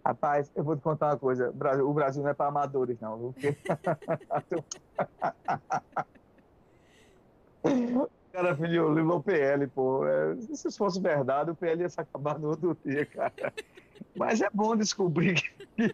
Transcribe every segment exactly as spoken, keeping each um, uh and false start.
Rapaz, eu vou te contar uma coisa. O Brasil, o Brasil não é para amadores, não. Viu? Porque o cara filiou Lula ao P L, pô. É, se isso fosse verdade, o P L ia se acabar no outro dia, cara. Mas é bom descobrir que...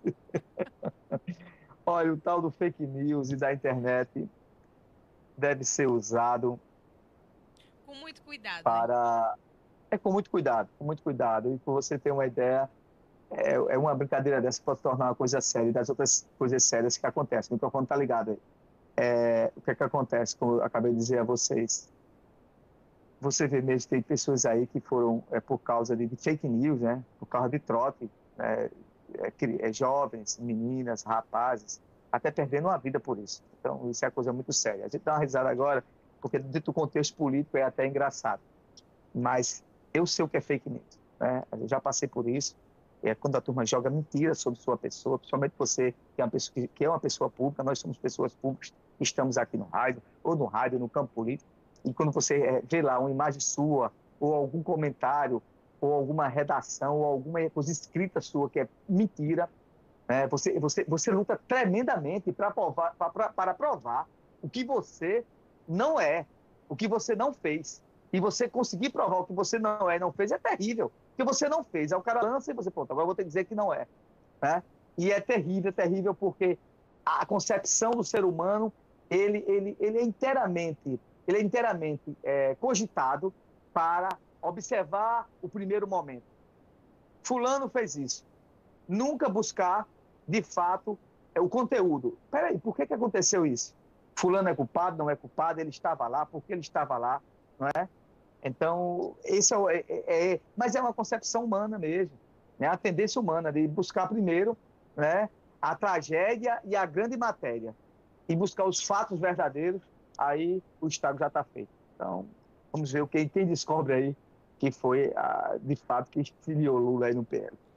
Olha, o tal do fake news e da internet deve ser usado Com muito cuidado, né? para... É com muito cuidado, com muito cuidado. E para você ter uma ideia, é, é uma brincadeira dessa que pode tornar uma coisa séria e das outras coisas sérias que acontecem. O microfone está ligado aí. É, o que é que acontece, como eu acabei de dizer a vocês? Você vê mesmo, tem pessoas aí que foram, é, por causa de, de fake news, né? Por causa de trote, né? É, é, jovens, meninas, rapazes, até perdendo a vida por isso. Então, isso é uma coisa muito séria. A gente dá uma risada agora, porque dentro do contexto político é até engraçado. Mas eu sei o que é fake news, né? Eu já passei por isso. É quando a turma joga mentira sobre sua pessoa, principalmente você que é uma pessoa, que é uma pessoa pública, nós somos pessoas públicas, estamos aqui no rádio, ou no rádio, no campo político, e quando você é, vê lá uma imagem sua, ou algum comentário, ou alguma redação, ou alguma coisa escrita sua que é mentira, né? você, você, você luta tremendamente para provar, pra, para provar o que você não é, o que você não fez. E você conseguir provar o que você não é e não fez é terrível. O que você não fez, aí o cara lança e você, pronto, agora eu vou ter que dizer que não é. Né? E é terrível, é terrível porque a concepção do ser humano, ele, ele, ele é inteiramente, ele é inteiramente é, cogitado para observar o primeiro momento. Fulano fez isso. Nunca buscar, de fato, o conteúdo. Peraí, por que, que aconteceu isso? Fulano é culpado, não é culpado, ele estava lá, por que ele estava lá, não é? Então, esse é, é, é, mas é uma concepção humana mesmo, né? A tendência humana de buscar primeiro, né, a tragédia e a grande matéria, e buscar os fatos verdadeiros, aí o estrago já está feito. Então, vamos ver quem, quem descobre aí que foi, a, de fato, que filiou Lula aí no P L.